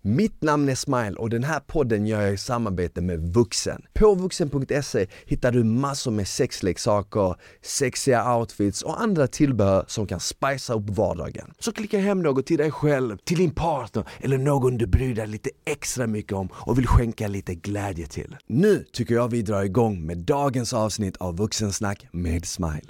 Mitt namn är Smile och den här podden gör jag i samarbete med Vuxen. På vuxen.se hittar du massor med sexleksaker, sexiga outfits och andra tillbehör som kan spicea upp vardagen. Så klicka hem något till dig själv, till din partner eller någon du bryr dig lite extra mycket om och vill skänka lite glädje till. Nu tycker jag vi drar igång med dagens avsnitt av Vuxensnack med Smile.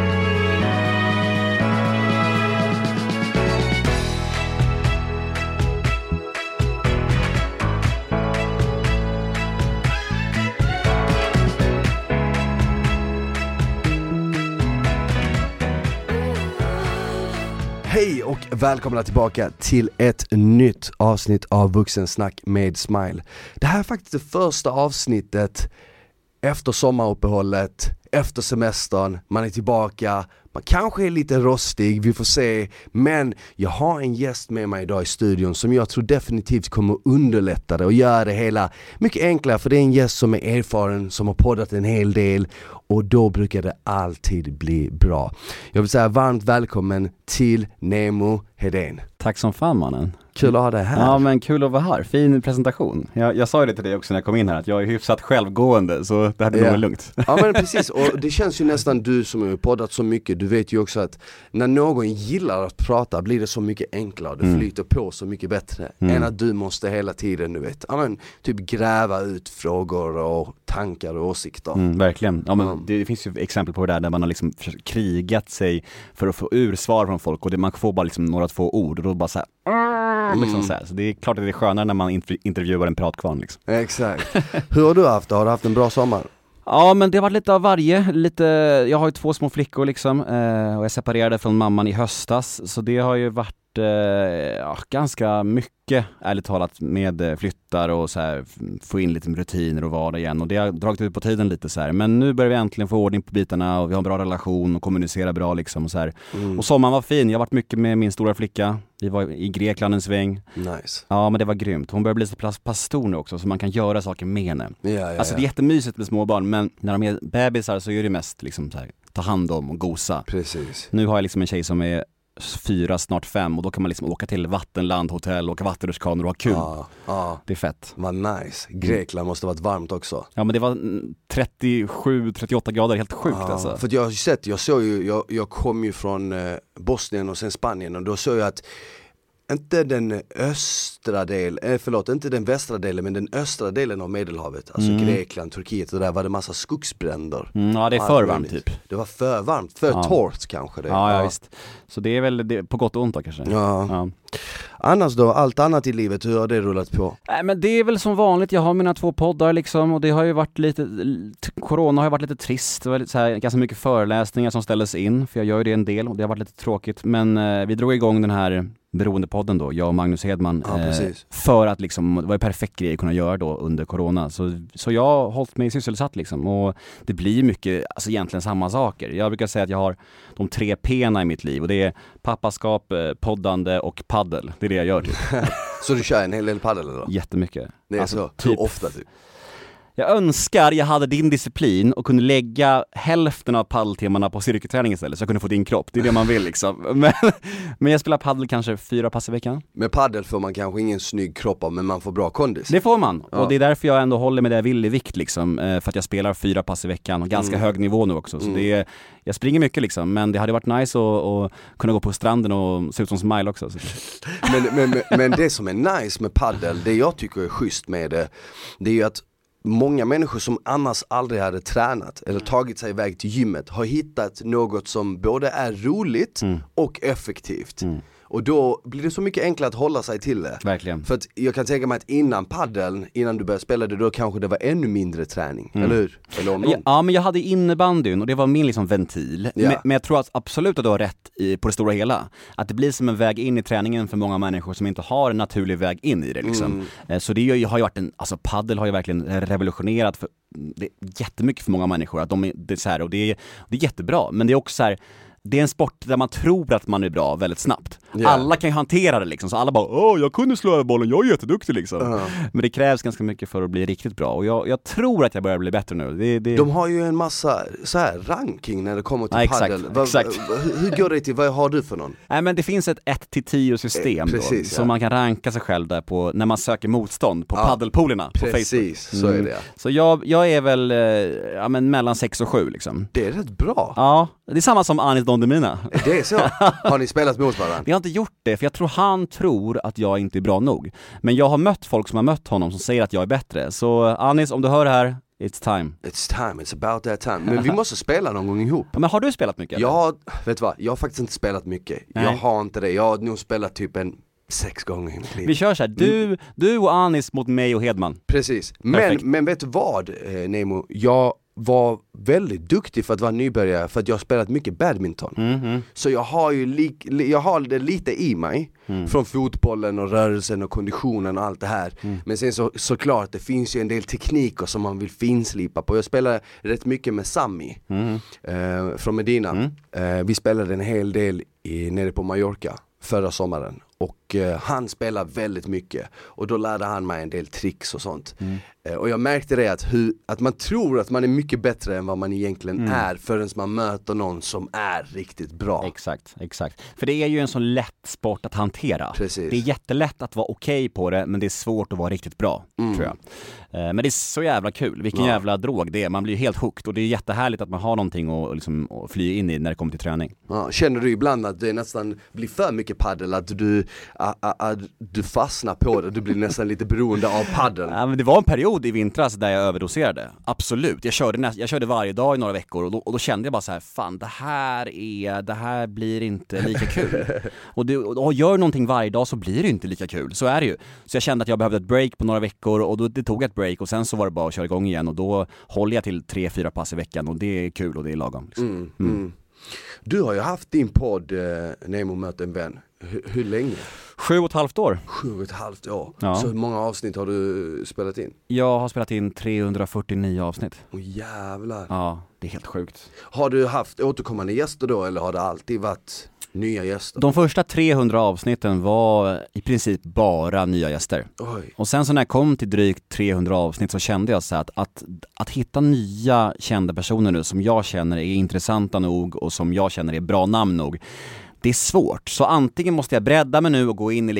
Hej och välkomna tillbaka till ett nytt avsnitt av Vuxensnack med Smile. Det här är faktiskt det första avsnittet efter sommaruppehållet, efter semestern. Man är tillbaka, man kanske är lite rostig, vi får se. Men jag har en gäst med mig idag i studion som jag tror definitivt kommer underlätta det och göra det hela mycket enklare. För det är en gäst som är erfaren, som har poddat en hel del. Och då brukar det alltid bli bra. Jag vill säga varmt välkommen till Nemo Hedén. Tack som fan, mannen. Kul att ha dig här. Ja, men kul att vara här. Fin presentation. Jag sa ju det till dig också när jag kom in här, att jag är hyfsat självgående, så det hade nog lugnt. Ja, men precis. Och det känns ju nästan, du som har poddat så mycket, du vet ju också att när någon gillar att prata blir det så mycket enklare. Det flyter på så mycket bättre än att du måste hela tiden, du vet, typ gräva ut frågor och tankar och åsikter. Verkligen. Ja, men det finns ju exempel på det där man har liksom krigat sig för att få ur svar från folk, och man får bara liksom några få ord och då bara så här. Liksom så här. Så det är klart att det är skönare när man intervjuar en pratkvarn liksom. Exakt. Hur har du haft det? Har du haft en bra sommar? Ja, men det har varit lite av varje. Jag har ju 2 små flickor liksom, och jag separerade från mamman i höstas, så det har ju varit ganska mycket, ärligt talat, med flyttar och så här, få in lite rutiner och vardag igen, och det har dragit ut på tiden lite så här. Men nu börjar vi äntligen få ordning på bitarna och vi har en bra relation och kommunicerar bra liksom och så här. Och sommaren var fin. Jag har varit mycket med min stora flicka. Vi var i Grekland en sväng. Nice. Ja, men det var grymt. Hon börjar bli så pass stor nu också, så man kan göra saker med henne. Alltså det är jättemysigt med små barn, men när de är bebisar så är det mest liksom så här, ta hand om och gosa. Precis. Nu har jag liksom en tjej som är 4, snart 5, och då kan man liksom åka till vattenlandhotell, åka vattenrutschkanor och ha kul. Det är fett. Vad nice. Grekland måste ha varit varmt också. Ja, men det var 37-38 grader, helt sjukt alltså. För jag kom ju från Bosnien och sen Spanien, och då såg jag att inte den västra delen, men den östra delen av Medelhavet, alltså Grekland, Turkiet, och där var det massa skogsbränder. Ja, det är för varmt typ. Det var för varmt, för torrt kanske det. Ja, visst. Så det är väl det, på gott och ont då kanske. Ja. Annars då, allt annat i livet, hur har det rullat på? Nej, men det är väl som vanligt. Jag har mina 2 poddar liksom, och det har ju varit lite, corona har ju varit lite trist. Det var lite så här, ganska mycket föreläsningar som ställdes in, för jag gör ju det en del och det har varit lite tråkigt. Men vi drog igång den här Beroendepodden då, jag och Magnus Hedman, för att liksom, det var en perfekt grej att kunna göra då under corona. Så jag har hållit mig sysselsatt liksom, och det blir mycket, alltså egentligen samma saker. Jag brukar säga att jag har de 3 P:na i mitt liv, och det är pappaskap, poddande och paddel. Det är det jag gör typ. Så du kör en hel del paddel då? Jättemycket. Det är alltså, så, typ, hur ofta typ? Jag önskar jag hade din disciplin och kunde lägga hälften av paddeltimmarna på styrketräning istället, så jag kunde få din kropp. Det är det man vill liksom. Men jag spelar paddel kanske 4 pass i veckan. Med paddel får man kanske ingen snygg kropp av, men man får bra kondis. Det får man. Ja. Och det är därför jag ändå håller med det jag vill i vikt liksom, för att jag spelar 4 pass i veckan och ganska hög nivå nu också. Så jag springer mycket liksom, men det hade varit nice att kunna gå på stranden och se ut som Smile också. Så. Men det som är nice med paddel, det jag tycker är schysst med det är ju att många människor som annars aldrig hade tränat eller tagit sig iväg till gymmet har hittat något som både är roligt och effektivt. Och då blir det så mycket enklare att hålla sig till det. Verkligen. För att jag kan tänka mig att innan du började spela det, då kanske det var ännu mindre träning, eller hur? Ja, men jag hade innebandyn och det var min liksom ventil. Ja. Men jag tror att absolut att du har rätt på det stora hela. Att det blir som en väg in i träningen för många människor som inte har en naturlig väg in i det liksom. Så det har ju varit alltså paddel har ju verkligen revolutionerat det är jättemycket för många människor att det är så här, och det är jättebra, men det är också så här. det är en sport där man tror att man är bra väldigt snabbt. Yeah. Alla kan ju hantera det liksom, så alla bara jag kunde slå över bollen, jag är jätteduktig liksom. Men det krävs ganska mycket för att bli riktigt bra, och jag tror att jag börjar bli bättre nu. De har ju en massa så här ranking när det kommer till paddel. Exakt. Hur går det till? Vad har du för någon? Nej, men det finns ett 1-10 system precis, då, så man kan ranka sig själv där på, när man söker motstånd på paddelpoolerna på Facebook. Precis, så är det. Så jag är väl mellan 6 och 7 liksom. Det är rätt bra. Ja, det är samma som Anis Don Demina. Det är så. Har ni spelat mot varandra? Vi har inte gjort det, för jag tror han tror att jag inte är bra nog. Men jag har mött folk som har mött honom som säger att jag är bättre. Så Anis, om du hör det här, it's time. It's about that time. Men vi måste spela någon gång ihop. Men har du spelat mycket? Vet du vad? Jag har faktiskt inte spelat mycket. Nej. Jag har inte det. Jag har nog spelat typ 6 gånger i mitt liv. Vi kör så här, du och Anis mot mig och Hedman. Precis. Perfekt. Men vet du vad, Nemo? Jag var väldigt duktig för att vara nybörjare, för att jag har spelat mycket badminton. Så jag har ju jag har det lite i mig från fotbollen och rörelsen och konditionen och allt det här. Men sen såklart, det finns ju en del tekniker som man vill finslipa på. Jag spelar rätt mycket med Sami från Medina. Vi spelade en hel del nere på Mallorca förra sommaren. Och han spelar väldigt mycket. Och då lärde han mig en del tricks och sånt. Och jag märkte det att man tror att man är mycket bättre än vad man egentligen är, förrän man möter någon som är riktigt bra. Exakt. För det är ju en så lätt sport att hantera. Precis. Det är jättelätt att vara okej på det, men det är svårt att vara riktigt bra, tror jag. Men det är så jävla kul. Vilken jävla drog det är. Man blir helt hooked, och det är jättehärligt att man har någonting att fly in i när det kommer till träning. Ja, känner du ibland att det nästan blir för mycket paddel, att du fastnar på det, du blir nästan lite beroende av paddel? Ja, men det var en period i vintras där jag överdoserade. Absolut. Jag körde varje dag i några veckor, och då kände jag bara så här: fan, det här blir inte lika kul. och gör någonting varje dag så blir det inte lika kul. Så är det ju. Så jag kände att jag behövde ett break på några veckor, och det tog ett break, och sen så var det bara att köra igång igen, och då håller jag till 3-4 pass i veckan, och det är kul och det är lagom liksom. Du har ju haft din podd Nemo möter en vän. Hur länge? 7,5 år. 7,5 år. Ja. Så hur många avsnitt har du spelat in? Jag har spelat in 349 avsnitt. Jävlar. Ja, det är helt sjukt. Har du haft återkommande gäster då, eller har det alltid varit nya gäster? De första 300 avsnitten var i princip bara nya gäster. Oj. Och sen så när jag kom till drygt 300 avsnitt så kände jag så att hitta nya kända personer nu som jag känner är intressanta nog och som jag känner är bra namn nog, det är svårt. Så antingen måste jag bredda mig nu och gå in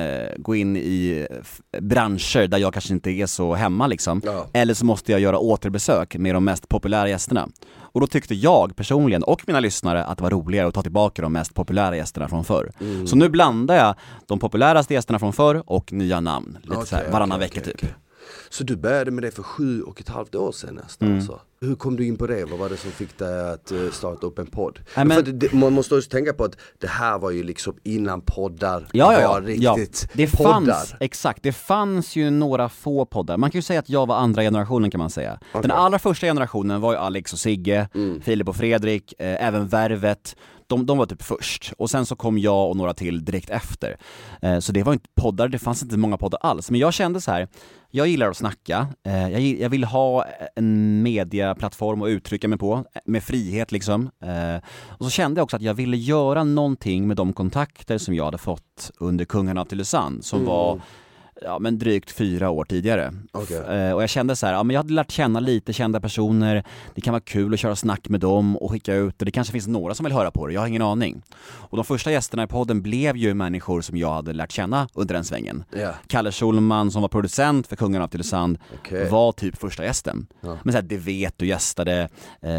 i branscher där jag kanske inte är så hemma liksom. Ja. Eller så måste jag göra återbesök med de mest populära gästerna. Och då tyckte jag personligen och mina lyssnare att det var roligare att ta tillbaka de mest populära gästerna från förr. Så nu blandar jag de populäraste gästerna från förr och nya namn. Lite så här, varannan vecka typ. Så du började med det för 7,5 år sedan nästan alltså. Hur kom du in på det? Vad var det som fick dig att starta upp en podd? För man måste också tänka på att det här var ju liksom innan poddar var riktigt det poddar. Exakt, det fanns ju några få poddar. Man kan ju säga att jag var andra generationen, kan man säga. Okay. Den allra första generationen var ju Alex och Sigge, Filip och Fredrik, även Värvet. De var typ först. Och sen så kom jag och några till direkt efter. Så det var inte poddar, det fanns inte många poddar alls. Men jag kände så här: jag gillar att snacka. Jag vill ha en mediaplattform att uttrycka mig på, med frihet liksom. Och så kände jag också att jag ville göra någonting med de kontakter som jag hade fått under Kungarna av Tylösand, som var drygt 4 år tidigare. Okay. Och jag kände så här, men jag hade lärt känna lite kända personer. Det kan vara kul att köra snack med dem och skicka ut det. Det kanske finns några som vill höra på det, jag har ingen aning. Och de första gästerna i podden blev ju människor som jag hade lärt känna under den svängen. Kalle Schulman, som var producent för Kungarna av Tylösand, var typ första gästen. Men så här, det vet du gästade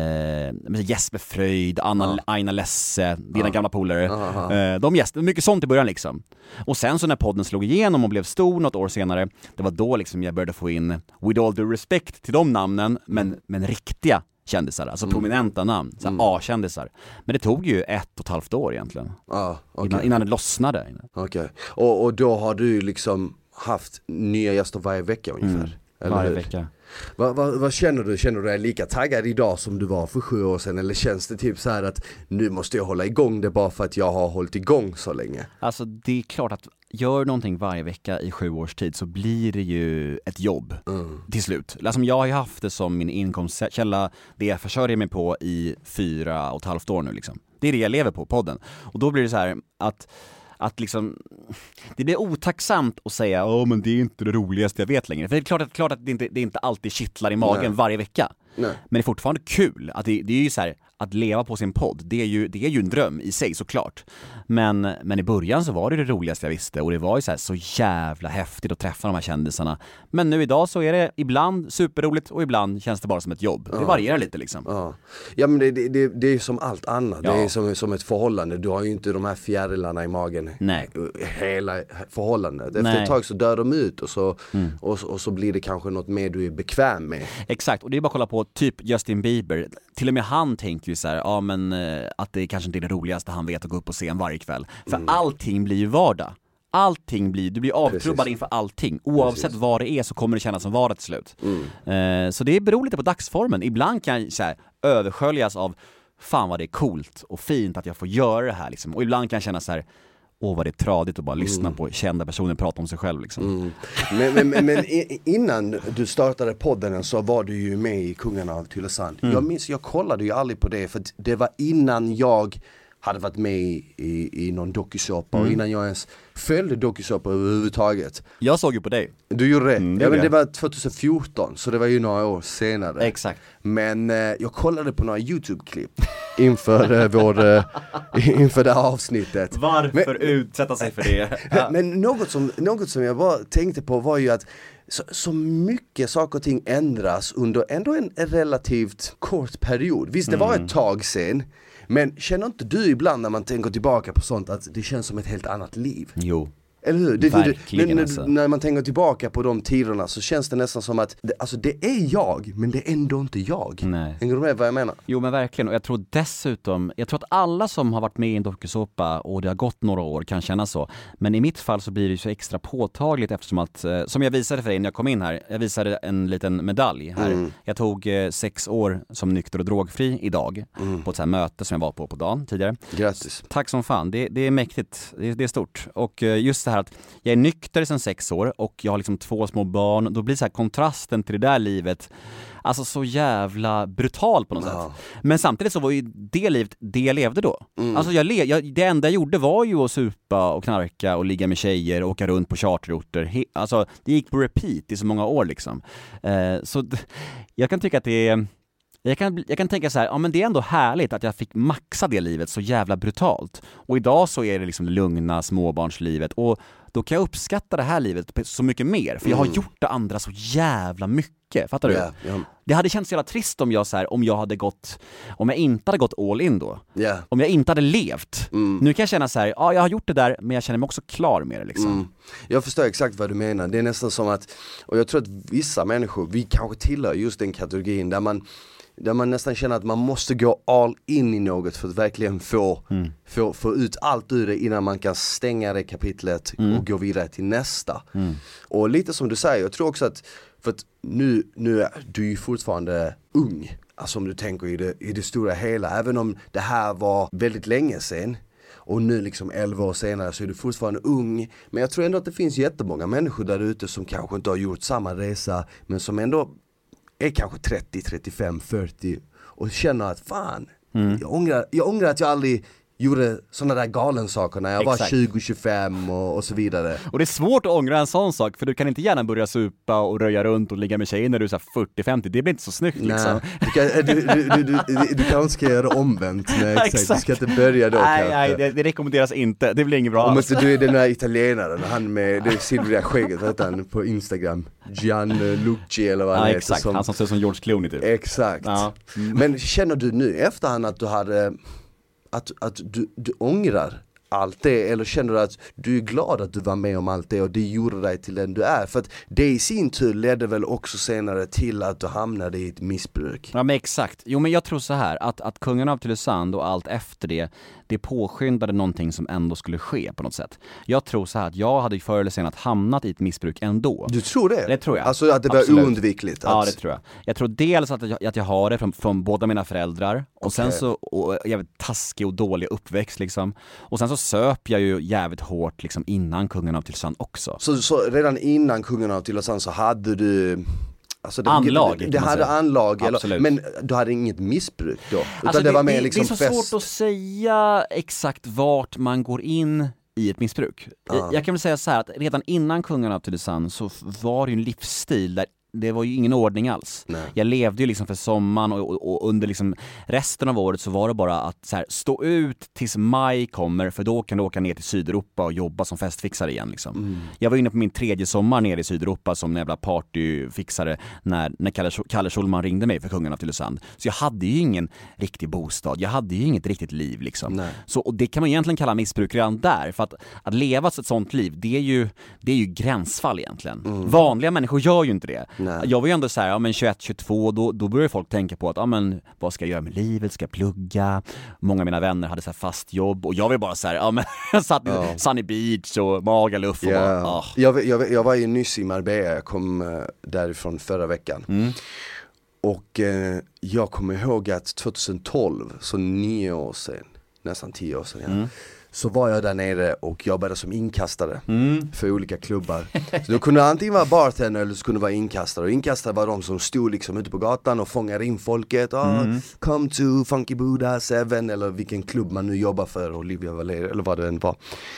Jesper Fröjd, Aina Lesse, dina gamla polare. De gästade mycket sånt i början liksom. Och sen så när podden slog igenom och blev stor något år senare, det var då liksom jag började få in, with all due respect till de namnen, men riktiga kändisar, alltså prominenta namn, A-kändisar. Men det tog ju 1,5 år egentligen. Innan det lossnade. Och då har du liksom haft nya gäster varje vecka ungefär? Eller varje vecka. Vad känner du? Känner du dig lika taggad idag som du var för 7 år sedan? Eller känns det typ så här att nu måste jag hålla igång det bara för att jag har hållit igång så länge? Alltså det är klart att gör någonting varje vecka i 7 års tid så blir det ju ett jobb till slut. Alltså jag har ju haft det som min inkomstkälla, det jag försörjer mig på i 4,5 år nu liksom. Det är det jag lever på, podden. Och då blir det så här att liksom, det blir otacksamt att säga men det är inte det roligaste jag vet längre. För det är klart att det inte alltid kittlar i magen varje vecka. Nej. Men det är fortfarande kul att det är ju så här, att leva på sin podd, det är ju en dröm i sig såklart. Men i början så var det roligaste jag visste, och det var ju så jävla häftigt att träffa de här kändisarna. Men nu idag så är det ibland superroligt och ibland känns det bara som ett jobb. Det varierar lite liksom. Ja men det är som allt annat. Det är som ett förhållande. Du har ju inte de här fjärilarna i magen. Nej. Hela förhållandet. Efter ett tag så dör de ut och så blir det kanske något mer du är bekväm med. Exakt, och det är bara att kolla på typ Justin Bieber. Till och med han tänker ju så här, att det kanske inte är det roligaste han vet att gå upp på scen varje kväll. För allting blir ju vardag. Du blir avtrubbad inför allting. Oavsett vad det är så kommer det kännas som vardag till slut. Så det beror lite på dagsformen. Ibland kan jag så här, översköljas av fan vad det är coolt och fint att jag får göra det här liksom. Och ibland kan jag känna så här, vad det är tradigt att bara lyssna på kända personer prata om sig själv liksom. Men innan du startade podden så var du ju med i Kungarna av Tylösand. Jag kollade ju aldrig på det, för det var innan jag hade varit med i någon dokusåpa och innan jag ens följde dokusåpa överhuvudtaget. Jag såg ju på dig. Du gjorde det? Men det var 2014, så det var ju några år senare. Exakt. Men jag kollade på några YouTube-klipp inför det här avsnittet. Varför utsätta sig för det? Men något som jag bara tänkte på var ju att så mycket saker och ting ändras under ändå en relativt kort period. Visst, det var ett tag sen. Men känner inte du ibland när man tänker tillbaka på sånt att det känns som ett helt annat liv? Jo. Eller hur? Verkligen, när man tänker tillbaka på de tiderna så känns det nästan som att det är jag, men det är ändå inte jag. Nej. Hänger du med vad jag menar? Jo men verkligen, och jag tror att alla som har varit med i en dokusåpa och det har gått några år kan känna så. Men i mitt fall så blir det så extra påtagligt eftersom att, som jag visade för dig när jag kom in här, jag visade en liten medalj här. Jag tog 6 år som nykter och drogfri idag på ett så här möte som jag var på dagen tidigare. Grattis. Tack som fan, det är mäktigt, det är stort. Och just det här att jag är nykter sedan 6 år och jag har liksom 2 små barn, då blir så här kontrasten till det där livet alltså så jävla brutal på något sätt. Men samtidigt så var ju det livet det jag levde då. Alltså det enda jag gjorde var ju att supa och knarka och ligga med tjejer och åka runt på charterorter. Alltså det gick på repeat i så många år liksom. Så jag kan tycka att det är jag kan tänka så här, men det är ändå härligt att jag fick maxa det livet så jävla brutalt. Och idag så är det liksom det lugna småbarnslivet, och då kan jag uppskatta det här livet så mycket mer, för jag har gjort det andra så jävla mycket. Fattar du? Yeah. Det hade känts så jävla trist om jag inte hade gått all in då. Yeah. Om jag inte hade levt. Nu kan jag känna så här, ja, jag har gjort det där, men jag känner mig också klar med det liksom. Jag förstår exakt vad du menar. Det är nästan som att, och jag tror att vissa människor, vi kanske tillhör just den kategorin där man nästan känner att man måste gå all in i något för att verkligen få ut allt ur det innan man kan stänga det kapitlet och gå vidare till nästa. Och lite som du säger, jag tror också att, för att nu är du ju fortfarande ung, alltså om du tänker i det stora hela, även om det här var väldigt länge sedan. Och nu liksom 11 år senare så är du fortfarande ung. Men jag tror ändå att det finns jättemånga människor där ute som kanske inte har gjort samma resa, men som ändå är kanske 30, 35, 40 och känner att fan, jag ångrar att jag aldrig gjorde sådana där galensaker när jag var 20-25 och så vidare. Och det är svårt att ångra en sån sak, för du kan inte gärna börja supa och röja runt och ligga med tjejer när du är 40-50. Det blir inte så snyggt liksom. Du kanske ska göra det omvänt. Nej, exakt. Du ska inte börja då. Nej, det rekommenderas inte. Det blir inget bra. Men du är den där italienaren, han med det silvriga skägget, vet han, på Instagram. Gianluigi eller vad han heter. Exakt, han som ser ut som George Clooney typ. Exakt. Ja. Men känner du nu efterhand att du hade... Att du ångrar allt det, eller känner du att du är glad att du var med om allt det och det gjorde dig till den du är? För att det i sin tur ledde väl också senare till att du hamnade i ett missbruk. Ja men exakt, jo men jag tror så här att Kungarna av Tylösand och allt efter det påskyndade någonting som ändå skulle ske på något sätt. Jag tror så här att jag hade förr eller senare hamnat i ett missbruk ändå. Du tror det? Det tror jag. Alltså att det var oundvikligt? Ja det tror jag. Jag tror dels att jag har det från båda mina föräldrar och sen så jävligt taskig och dålig uppväxt liksom. Och sen så söp jag ju jävligt hårt liksom innan Kungarna av Tylösand också. Så redan innan Kungarna av Tylösand så hade du Alltså anlag. Det hade anlag, men du hade inget missbruk då? Utan alltså det var mer liksom det är så svårt att säga exakt vart man går in i ett missbruk. Jag kan väl säga så här att redan innan Kungarna av Tylösand så var det ju en livsstil där det var ju ingen ordning alls. Nej. Jag levde ju liksom för sommaren och under liksom resten av året så var det bara att så här, stå ut tills maj kommer, för då kan du åka ner till Sydeuropa och jobba som festfixare igen liksom. Jag var inne på min 3:e sommar nere i Sydeuropa som en jävla partyfixare när Kalle Schulman ringde mig för Kungarna av Tylösand. Så jag hade ju ingen riktig bostad, jag hade ju inget riktigt liv liksom. Så, och det kan man egentligen kalla missbruk redan där, för att leva ett sånt liv, det är ju gränsfall egentligen. Vanliga människor gör ju inte det. Nej. Jag var ju ändå så här, ja men 21-22, då började folk tänka på att ja men vad ska jag göra med livet, ska jag plugga? Många av mina vänner hade så här fast jobb och jag var bara så här, ja men jag satt i Sunny Beach och Magaluf och bara, jag var ju nyss i Marbella, jag kom därifrån förra veckan. Och jag kommer ihåg att 2012, så 9 år sedan, nästan 10 år sedan så var jag där nere och jobbade som inkastare för olika klubbar. Så då kunde antingen vara bartender eller så kunde vara inkastare. Och inkastare var de som stod liksom ute på gatan och fångade in folket. Come to Funky Buddha, Seven eller vilken klubb man nu jobbar för, Olivia Valeri eller vad det än var.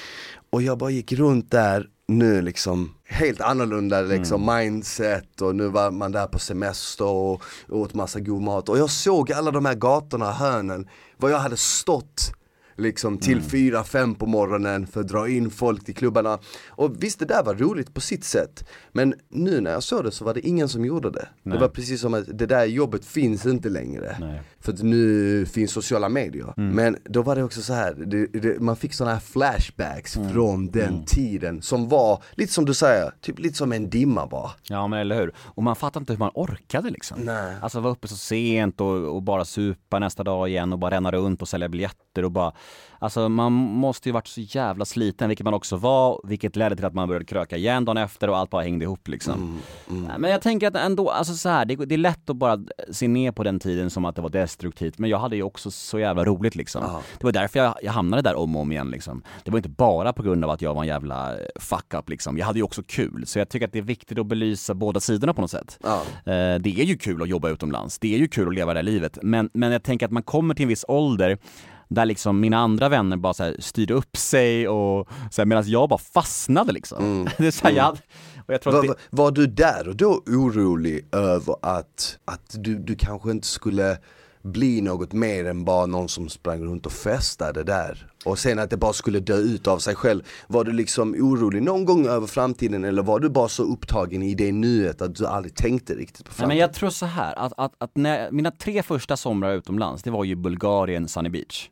Och jag bara gick runt där nu liksom helt annorlunda liksom mindset, och nu var man där på semester och åt massa god mat. Och jag såg alla de här gatorna, hörnen, vad jag hade stått liksom till 4-5 på morgonen för att dra in folk till klubbarna. Och visst, det där var roligt på sitt sätt. Men nu när jag såg det så var det ingen som gjorde det. Nej. Det var precis som att det där jobbet finns inte längre. Nej. För att nu finns sociala medier. Men då var det också så här, man fick såna här flashbacks från den tiden som var, lite som du säger, typ lite som en dimma bara. Ja men eller hur. Och man fattar inte hur man orkade liksom. Nej. Alltså vara uppe så sent och bara supa nästa dag igen och bara ränna runt och sälja biljetter och bara, alltså man måste ju varit så jävla sliten, vilket man också var, vilket ledde till att man började kröka igen dagen efter och allt bara hängde ihop liksom. Men jag tänker att ändå, alltså så här, det är lätt att bara se ner på den tiden som att det var destruktivt, men jag hade ju också så jävla roligt liksom. Det var därför jag hamnade där om och om igen liksom. Det var inte bara på grund av att jag var en jävla fuck up liksom. Jag hade ju också kul, så jag tycker att det är viktigt att belysa båda sidorna på något sätt. Det är ju kul att jobba utomlands, det är ju kul att leva det här livet, men jag tänker att man kommer till en viss ålder där liksom mina andra vänner bara så här styrde upp sig och så här, medan jag bara fastnade liksom. Det är så här, och jag tror var du där och då orolig över att du kanske inte skulle bli något mer än bara någon som sprang runt och festade där? Och sen att det bara skulle dö ut av sig själv. Var du liksom orolig någon gång över framtiden, eller var du bara så upptagen i det nuet att du aldrig tänkte riktigt på framtiden? Nej, men jag tror så här att när mina 3 första somrar utomlands, det var ju Bulgarien, Sunny Beach.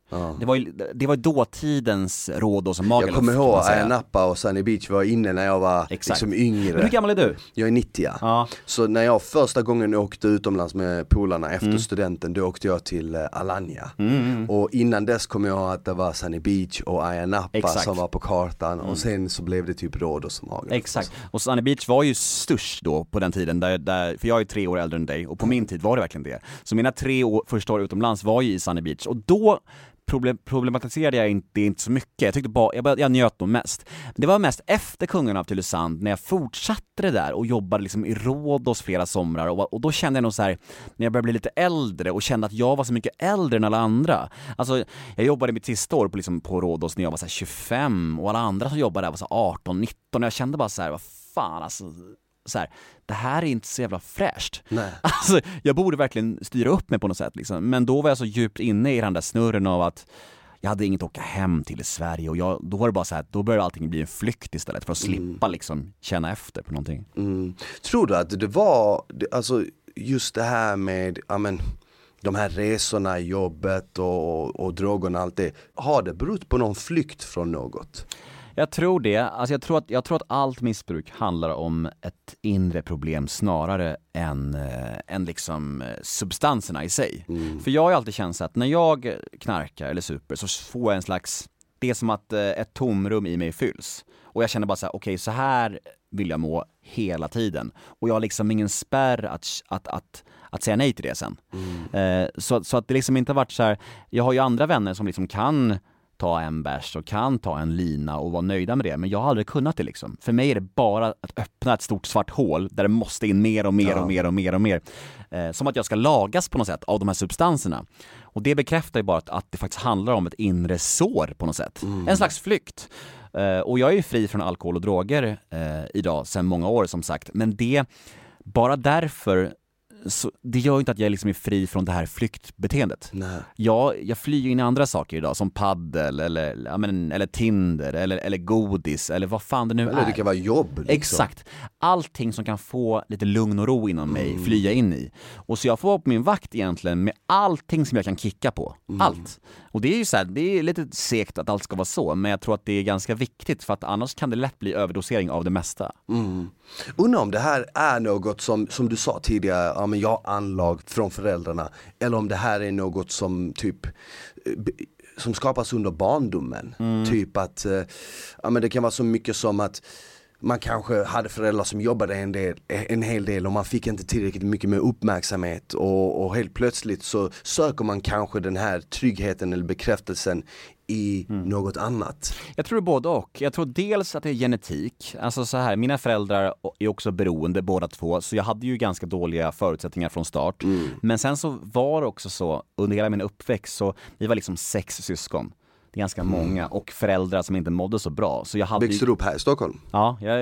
Det var dåtidens Rhodos och Magaluf. Jag kommer ihåg Ayia Napa och Sunny Beach var inne när jag var liksom yngre. Men hur gammal är du? Jag är 90. Så när jag första gången åkte utomlands med polarna efter studenten, då åkte jag till Alanya. Och innan dess kom jag ihåg att det var Sunny Beach och Ayia Napa som var på kartan, och sen så blev det typ Rhodos och Magaluf. Exakt, och Sunny Beach var ju störst då på den tiden, där, för jag är 3 år äldre än dig, och på min tid var det verkligen det. Så mina 3 första år utomlands var ju i Sunny Beach, och då problematiserade jag inte så mycket. Jag tyckte bara, jag njöt nog mest. Det var mest efter Kungarna av Tylösand när jag fortsatte det där och jobbade liksom i Rhodos flera somrar, och då kände jag nog så här, när jag började bli lite äldre och kände att jag var så mycket äldre än alla andra. Alltså jag jobbade mitt sista år på Rhodos när jag var så här 25, och alla andra som jobbade där var så 18-19, och jag kände bara så här, vad fan alltså, så här, det här är inte så jävla fräscht. Nej. Alltså, jag borde verkligen styra upp mig på något sätt liksom. Men då var jag så djupt inne i den där snurren av att jag hade inget att åka hem till i Sverige, och då var det bara så här, då började allting bli en flykt istället för att slippa liksom känna efter på någonting. Tror du att det var alltså just det här med de här resorna i jobbet och drogerna och allt det, har det berott på någon flykt från något? Jag tror det. Alltså jag tror att allt missbruk handlar om ett inre problem snarare än liksom substanserna i sig. För jag har ju alltid känt så att när jag knarkar eller super så får jag en slags, det är som att ett tomrum i mig fylls. Och jag känner bara så här, okej, så här vill jag må hela tiden. Och jag har liksom ingen spärr att säga nej till det sen. Så att det liksom inte har varit så här, jag har ju andra vänner som liksom kan ta en bärs och kan ta en lina och vara nöjda med det. Men jag har aldrig kunnat det liksom. För mig är det bara att öppna ett stort svart hål där det måste in mer och mer och mer och mer och mer. Som att jag ska lagas på något sätt av de här substanserna. Och det bekräftar ju bara att det faktiskt handlar om ett inre sår på något sätt. En slags flykt. Och jag är ju fri från alkohol och droger idag sedan många år som sagt. Men det, bara därför, så det gör ju inte att jag liksom är fri från det här flyktbeteendet. Nej. Jag flyr in i andra saker idag som paddel eller Tinder eller godis eller vad fan det nu är. Eller det kan vara jobb. Liksom. Exakt. Allting som kan få lite lugn och ro inom mig flyga in i. Och så jag får vara på min vakt egentligen med allting som jag kan kicka på. Allt. Och det är ju så här, det är lite segt att allt ska vara så, men jag tror att det är ganska viktigt för att annars kan det lätt bli överdosering av det mesta. Undrar om det här är något som du sa tidigare, ja, men jag har anlag från föräldrarna, eller om det här är något som typ som skapas under barndomen. Typ att ja, men det kan vara så mycket som att man kanske hade föräldrar som jobbade en hel del och man fick inte tillräckligt mycket med uppmärksamhet och helt plötsligt så söker man kanske den här tryggheten eller bekräftelsen i något annat. Jag tror både och. Jag tror dels att det är genetik. Alltså så här, mina föräldrar är också beroende båda två, så jag hade ju ganska dåliga förutsättningar från start. Men sen så var det också så, under hela min uppväxt så vi var liksom 6 syskon. Det är ganska många och föräldrar som inte mådde så bra. Så jag hade Växte du upp här i Stockholm? Ja, jag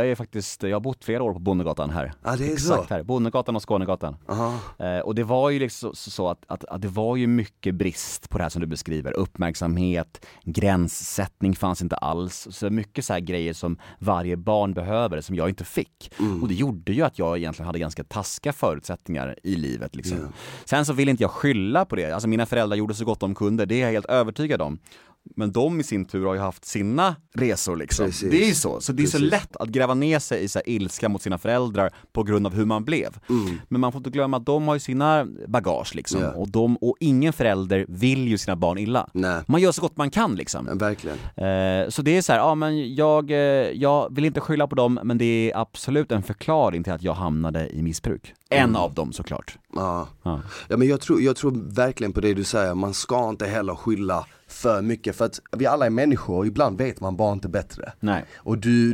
har bott flera år på Bondegatan här. Ja, det är exakt så. Här, Bondegatan och Skånegatan. Och det var ju liksom så att det var ju mycket brist på det här som du beskriver. Uppmärksamhet, gränssättning fanns inte alls. Så mycket så här grejer som varje barn behöver som jag inte fick. Och det gjorde ju att jag egentligen hade ganska taskiga förutsättningar i livet liksom. Sen så vill inte jag skylla på det. Alltså mina föräldrar gjorde så gott de kunde, det är jag helt övertygad om. Men de i sin tur har ju haft sina resor liksom. Precis. Det är ju så. Så det är så lätt att gräva ner sig i så här ilska mot sina föräldrar på grund av hur man blev. Men man får inte glömma att de har ju sina bagage liksom. Och ingen förälder vill ju sina barn illa. Nej. Man gör så gott man kan liksom. Ja, verkligen. Så det är så här, ja men jag vill inte skylla på dem, men det är absolut en förklaring till att jag hamnade i missbruk. En av dem såklart. Ja, men jag tror verkligen på det du säger. Man ska inte heller skylla för mycket, för att vi alla är människor och ibland vet man bara inte bättre. Nej. Och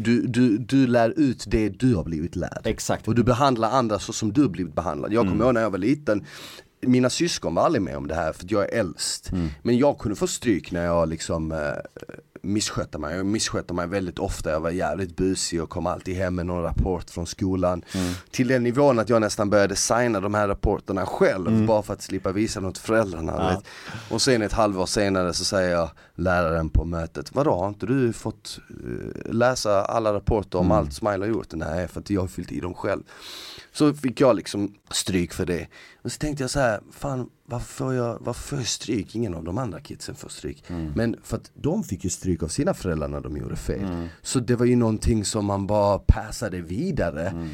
du lär ut det du har blivit lärd. Exakt. Och du behandlar andra så som du har blivit behandlad. Jag kommer ihåg när jag var liten, mina syskon var aldrig med om det här för att jag är äldst. Men jag kunde få stryk när jag liksom misskötte mig. Jag misskötte mig väldigt ofta. Jag var jävligt busig och kom alltid hem med någon rapport från skolan. Till den nivån att jag nästan började signa de här rapporterna själv bara för att slippa visa något till föräldrarna. Och sen ett halvår senare så säger jag läraren på mötet: vadå, har inte du fått läsa alla rapporter om allt Smile har gjort? Nej, för att jag har fyllt i dem själv. Så fick jag liksom stryk för det. Och så tänkte jag så här, fan, varför får jag stryk? Ingen av de andra kidsen får stryk. Men för att de fick ju stryk av sina föräldrar när de gjorde fel. Så det var ju någonting som man bara passade vidare.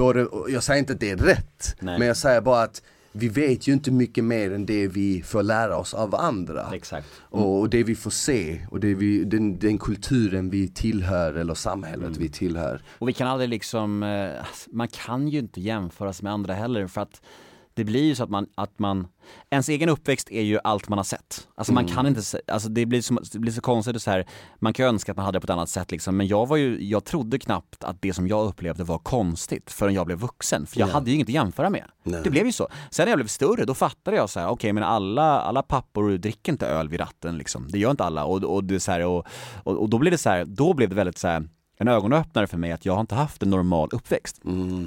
Jag säger inte att det är rätt. Nej. Men jag säger bara att vi vet ju inte mycket mer än det vi får lära oss av andra. Exakt. Och det vi får se. Och det den kulturen vi tillhör, eller samhället vi tillhör. Och vi kan aldrig liksom, man kan ju inte jämföras med andra heller, för att det blir ju så att man ens egen uppväxt är ju allt man har sett. Alltså man kan inte, alltså det blir så konstigt och så här, man kan önska att man hade det på ett annat sätt liksom, men jag trodde knappt att det som jag upplevde var konstigt förrän jag blev vuxen, för jag hade ju inget att jämföra med. Nej. Det blev ju så. Sen när jag blev större, då fattade jag så här, okej, men alla pappor dricker inte öl vid ratten liksom. Det gör inte alla, och det är så här, och då blev det så här, då blev det väldigt så här en ögonöppnare för mig att jag har inte haft en normal uppväxt.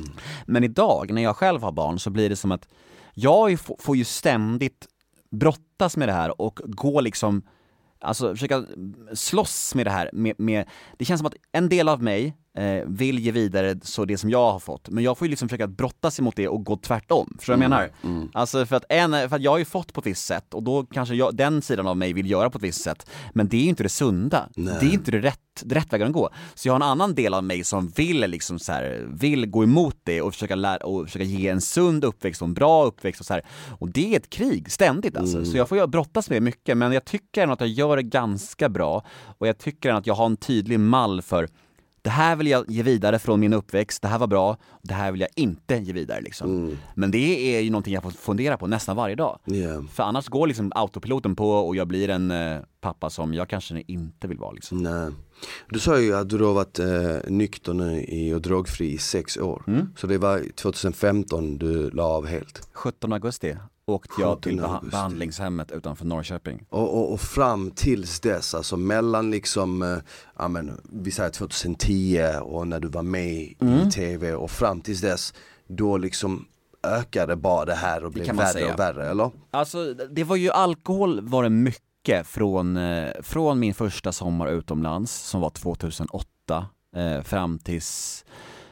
Men idag, när jag själv har barn, så blir det som att jag får ju ständigt brottas med det här och gå liksom, alltså försöka slåss med det här. Det känns som att en del av mig vill ge vidare så det som jag har fått, men jag får ju liksom försöka brottas emot det och gå tvärtom. Förstår du vad jag menar? Alltså för att jag har ju fått på ett visst sätt, och då kanske den sidan av mig vill göra på ett visst sätt, men det är ju inte det sunda. Nej. Det är inte det rätt vägen att gå. Så jag har en annan del av mig som vill liksom så här, vill gå emot det och försöka ge en sund uppväxt och en bra uppväxt och så här. Och det är ett krig ständigt alltså. Så jag får brottas med det mycket, men jag tycker ändå att jag gör det ganska bra, och jag tycker att jag har en tydlig mall för det här vill jag ge vidare från min uppväxt, det här var bra, det här vill jag inte ge vidare liksom. Men det är ju någonting jag får fundera på nästan varje dag. För annars går liksom autopiloten på och jag blir en pappa som jag kanske inte vill vara liksom. Nej. Du sa ju att du har varit nykter nu och drogfri i 6 år. Så det var 2015 du la av helt. 17 augusti åkte jag till behandlingshemmet utanför Norrköping. Och fram tills dess, alltså mellan liksom, vi säger 2010 och när du var med i tv och fram tills dess, då liksom ökade bara det här och blev värre och värre, eller? Alltså det var ju alkohol var det mycket från min första sommar utomlands som var 2008 fram tills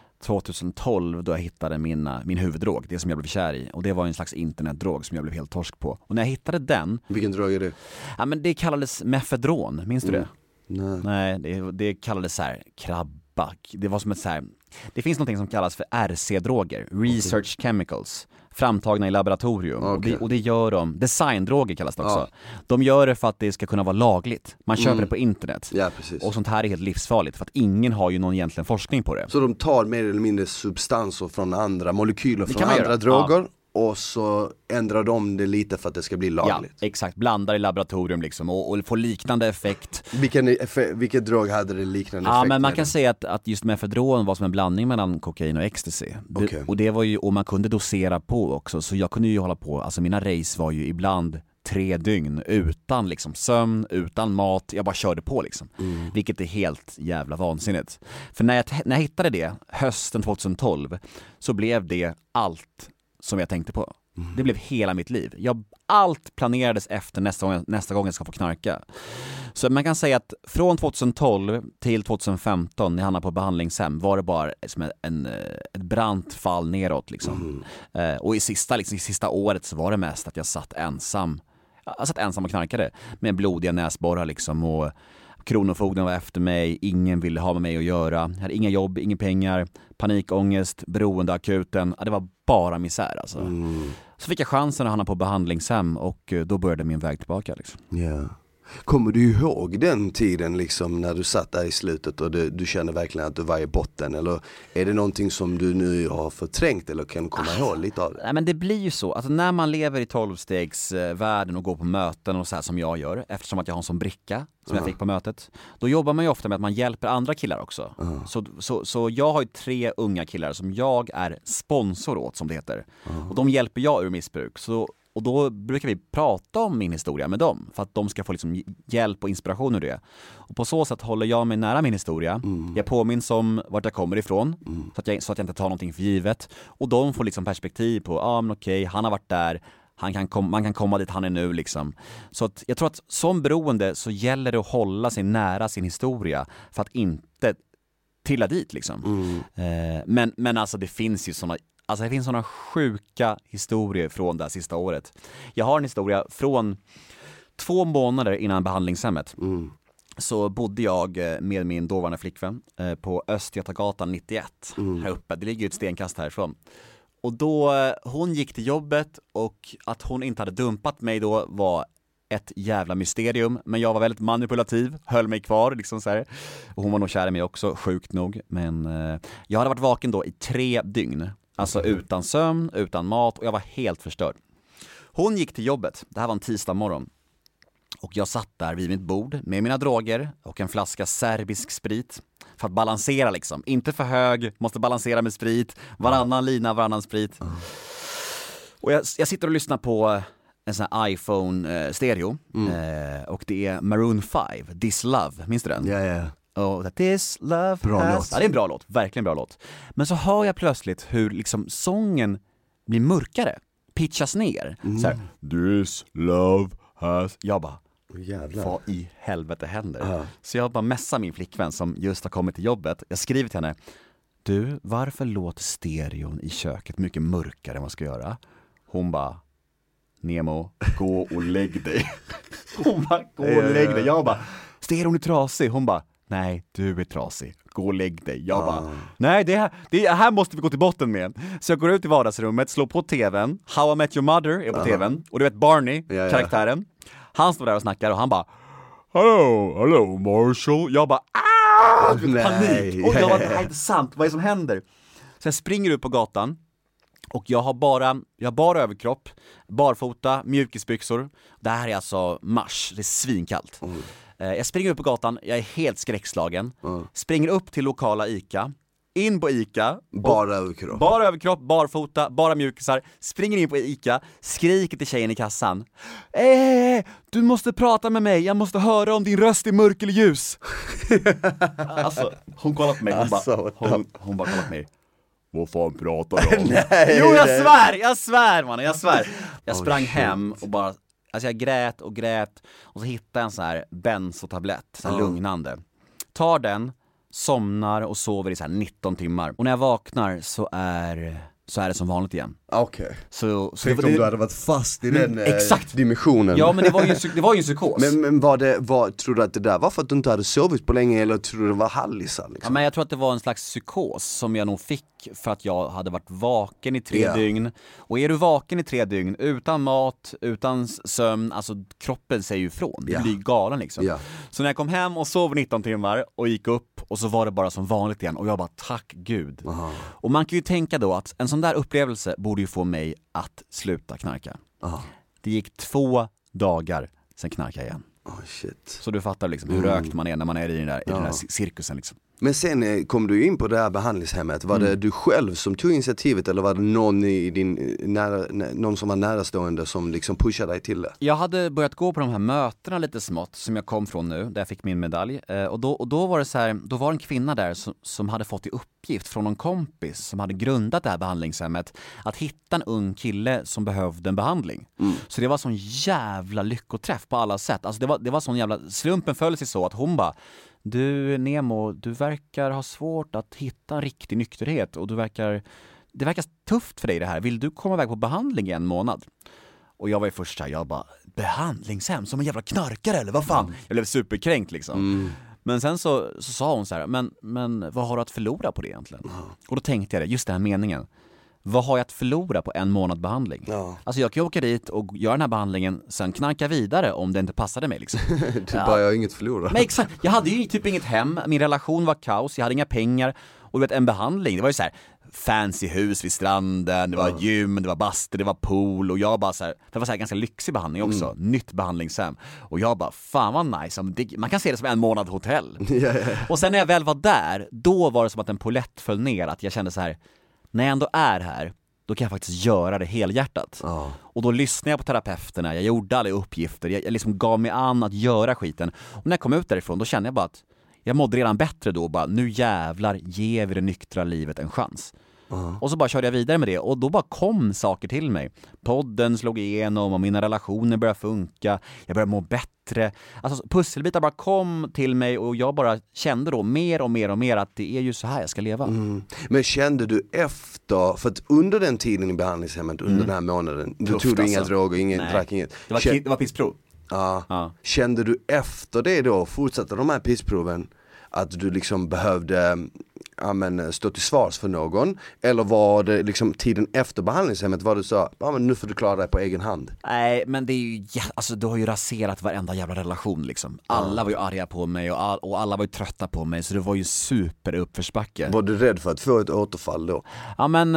2012 då jag hittade min huvuddrog, det som jag blev kär i. Och det var en slags internetdrog som jag blev helt torsk på. Och när jag hittade den... Vilken drog är det? Ja, men det kallades mefedron, minns du det? Nej, det kallades så här krabba. Det var som ett så här... Det finns något som kallas för RC-droger, Research Chemicals, framtagna i laboratorium. Och det gör de, designdroger kallas det också. De gör det för att det ska kunna vara lagligt. Man köper det på internet. Ja, precis. Och sånt här är helt livsfarligt för att ingen har ju någon egentligen forskning på det. Så de tar mer eller mindre substanser från andra molekyler från andra droger. Och så ändrar de det lite för att det ska bli lagligt. Ja, exakt. Blandar i laboratorium liksom och får liknande effekt. Vilken drog hade det liknande effekt? Ja, men man kan säga att just mefedron var som en blandning mellan kokain och ecstasy. Och det var ju, och man kunde dosera på också. Så jag kunde ju hålla på, alltså mina race var ju ibland 3 dygn utan liksom sömn, utan mat. Jag bara körde på liksom. Vilket är helt jävla vansinnigt. För när jag hittade det hösten 2012 så blev det allt som jag tänkte på. Det blev hela mitt liv. Allt planerades efter nästa gång jag ska få knarka. Så man kan säga att från 2012 till 2015 när jag hamnade på behandlingshem var det bara som ett brant fall neråt liksom. Och i sista året så var det mest att jag satt ensam. Jag satt ensam och knarkade med blodiga näsborrar liksom, och kronofogden var efter mig, ingen ville ha med mig att göra. Jag hade inga jobb, inga pengar, panikångest, beroendeakuten. Det var bara misär alltså. Så fick jag chansen att hamna på behandlingshem och då började min väg tillbaka liksom. Yeah. Kommer du ihåg den tiden liksom när du satt där i slutet och du kände verkligen att du var i botten, eller är det någonting som du nu har förträngt eller kan komma ihåg lite av det? Nej, men det blir ju så, alltså när man lever i 12-stegsvärlden och går på möten och så här som jag gör, eftersom att jag har en sån bricka som jag fick på mötet, då jobbar man ju ofta med att man hjälper andra killar också. Så jag har ju 3 unga killar som jag är sponsor åt, som det heter. Och de hjälper jag ur missbruk. Och då brukar vi prata om min historia med dem för att de ska få liksom hjälp och inspiration ur det. Och på så sätt håller jag mig nära min historia. Jag påminns om vart jag kommer ifrån så att jag inte tar någonting för givet. Och de får liksom perspektiv på, men okej, han har varit där. Man kan komma dit han är nu liksom. Så att jag tror att som beroende så gäller det att hålla sig nära sin historia för att inte trilla dit liksom. Men alltså det finns ju såna sjuka historier från det här sista året. Jag har en historia från 2 månader innan behandlingshemmet. Så bodde jag med min dåvarande flickvän på Östgötagatan 91 här uppe. Det ligger ju ett stenkast härifrån. Och då hon gick till jobbet och att hon inte hade dumpat mig då var ett jävla mysterium. Men jag var väldigt manipulativ, höll mig kvar liksom så här. Och hon var nog kär i mig också, sjukt nog. Men jag hade varit vaken då i 3 dygn. Alltså utan sömn, utan mat, och jag var helt förstörd. Hon gick till jobbet, det här var en tisdag morgon. Och jag satt där vid mitt bord med mina droger och en flaska serbisk sprit. För att balansera liksom, inte för hög, måste balansera med sprit. Varannan lina, varannan sprit. Och jag sitter och lyssnar på en sån här iPhone-stereo. Och det är Maroon 5, This Love, minns du den? Ja. Och This Love bra låt. Ja, det är en bra låt, verkligen bra låt. Men så hör jag plötsligt hur liksom sången blir mörkare, pitchas ner. Så här, This Love has... Jag bara, vad i helvete händer? Så jag bara messar min flickvän som just har kommit till jobbet. Jag skriver till henne, du, varför låter stereon i köket mycket mörkare än vad ska göra? Hon bara, Nemo, gå och lägg dig. Hon bara, gå och lägg dig. Jag bara, stereon är trasig. Hon bara, nej, du är trasig. Gå och lägg dig. Jag bara, nej, det här måste vi gå till botten med. Så jag går ut i vardagsrummet, slår på tvn. How I Met Your Mother är på tvn. Och du vet Barney, karaktären. Han står där och snackar och han bara, hello Marshall. Jag bara, panik. Och jag bara, det här är inte sant, vad är det som händer? Så jag springer ut på gatan. Och jag har bara överkropp, barfota, mjukisbyxor. Det här är alltså mars, det är svinkallt. Jag springer upp på gatan, jag är helt skräckslagen. Springer upp till lokala ICA. In på ICA. Bara överkropp, barfota, bara mjukisar. Springer in på ICA, skriker till tjejen i kassan. Du måste prata med mig, jag måste höra om din röst i mörk eller ljus. Alltså, hon kollar på mig, hon bara kollar på mig. Vad fan pratar du om? Nej, jo, jag svär mannen, jag svär. Jag sprang hem och bara, alltså jag grät och så hittade jag en sån här benzotablett, så här lugnande. Tar den, somnar och sover i så här 19 timmar. Och när jag vaknar så är det som vanligt igen. Okej. Så tänk om du hade varit fast i den exakt. dimensionen. Ja, men det var ju en psykos. Men tror du att det där var för att du inte hade sovit på länge, eller tror du det var hallisar liksom? Ja, men jag tror att det var en slags psykos som jag nog fick för att jag hade varit vaken i 3 dygn. Och är du vaken i 3 dygn utan mat, utan sömn, alltså kroppen säger ju ifrån. Du blir galen liksom. Så när jag kom hem och sov 19 timmar och gick upp, och så var det bara som vanligt igen. Och jag bara, tack Gud. Och man kan ju tänka då att en sån där upplevelse borde ju få mig att sluta knarka. Det gick 2 dagar, sen knarkade jag igen. Shit. Så du fattar liksom hur rökt man är när man är i den där cirkusen liksom. Men sen kom du in på det här behandlingshemmet. Var det du själv som tog initiativet, eller var det någon i någon som var närstående som liksom pushade dig till det? Jag hade börjat gå på de här mötena lite smått som jag kom från nu, där jag fick min medalj. Och då var det så här, då var en kvinna där som hade fått i uppgift från någon kompis som hade grundat det här behandlingshemmet att hitta en ung kille som behövde en behandling. Så det var sån jävla lyckoträff på alla sätt. Alltså det var sån jävla, slumpen föll sig så att hon bara, du Nemo, du verkar ha svårt att hitta en riktig nykterhet och det verkar tufft för dig det här. Vill du komma iväg på behandling i 1 månad? Och jag var ju först här, jag bara, behandlingshem som en jävla knarkare eller vad fan? Jag blev superkränkt liksom. Men sen så sa hon så här, men vad har du att förlora på det egentligen? Och då tänkte jag det, just den här meningen. Vad har jag att förlora på 1 månad behandling? Alltså jag kan åka dit och göra den här behandlingen, sen knarka vidare om det inte passade mig liksom. Jag har inget förlora. Men exakt, jag hade ju typ inget hem, min relation var kaos, jag hade inga pengar. Och du vet, en behandling, det var ju så här fancy hus vid stranden, det var gym, det var bastu, det var pool. Och jag bara så här, det var så här ganska lyxig behandling också, nytt behandlingshem. Och jag bara, fan vad nice, man kan se det som 1 månad hotell. Och sen när jag väl var där, då var det som att en polett föll ner, att jag kände så här, när jag ändå är här, då kan jag faktiskt göra det helhjärtat. Och då lyssnade jag på terapeuterna, jag gjorde alla uppgifter, jag liksom gav mig an att göra skiten. Och när jag kom ut därifrån, då kände jag bara att jag mådde redan bättre då, bara nu jävlar ger vi det nyktra livet en chans. Och så bara körde jag vidare med det, och då bara kom saker till mig. Podden slog igenom och mina relationer började funka, jag började må bättre. Alltså pusselbitar bara kom till mig och jag bara kände då mer och mer att det är ju så här jag ska leva. Men kände du efter, för att under den tiden i behandlingshemmet, under den här månaden, du tog inga droger, drack inget. Det var pissprov. Kände du efter det då, fortsatte de här pissproven, att du liksom behövde stå till svars för någon? Eller var det liksom tiden efter behandlingshemmet, var det så, men nu får du klara dig på egen hand? Nej, men det är ju, alltså du har ju raserat varenda jävla relation liksom. Alla var ju arga på mig och alla var ju trötta på mig, så det var ju super uppförsbacke. Var du rädd för att få ett återfall då? Ja, men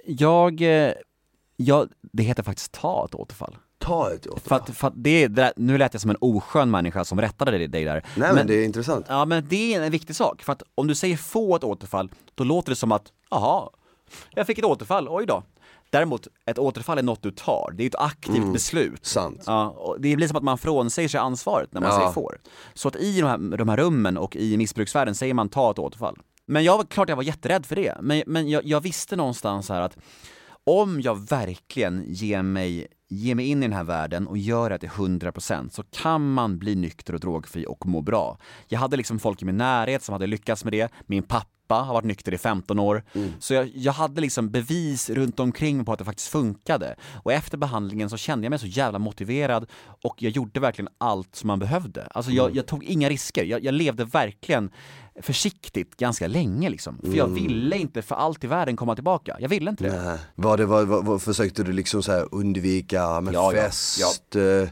det heter faktiskt ta ett återfall. För att nu lät jag som en oskön människa som rättade dig där. Nej, men det är intressant. Ja, men det är en viktig sak. För att om du säger få ett återfall, då låter det som att, jaha, jag fick ett återfall, oj då. Däremot, ett återfall är något du tar. Det är ett aktivt beslut. Sant. Ja, och det blir som att man frånsäger sig ansvaret när man säger får. Så att i de här rummen och i missbruksvärlden säger man ta ett återfall. Men jag var jätterädd för det. Men jag visste någonstans här att om jag verkligen ger mig in i den här världen och gör det till 100%, så kan man bli nykter och drogfri och må bra. Jag hade liksom folk i min närhet som hade lyckats med det. Min pappa har varit nykter i 15 år. Så jag hade liksom bevis runt omkring på att det faktiskt funkade. Och efter behandlingen så kände jag mig så jävla motiverad, och jag gjorde verkligen allt som man behövde. Alltså jag tog inga risker. Jag levde verkligen försiktigt ganska länge liksom. För jag ville inte för allt i världen komma tillbaka. Jag ville inte det. Vad försökte du liksom så här undvika med fest?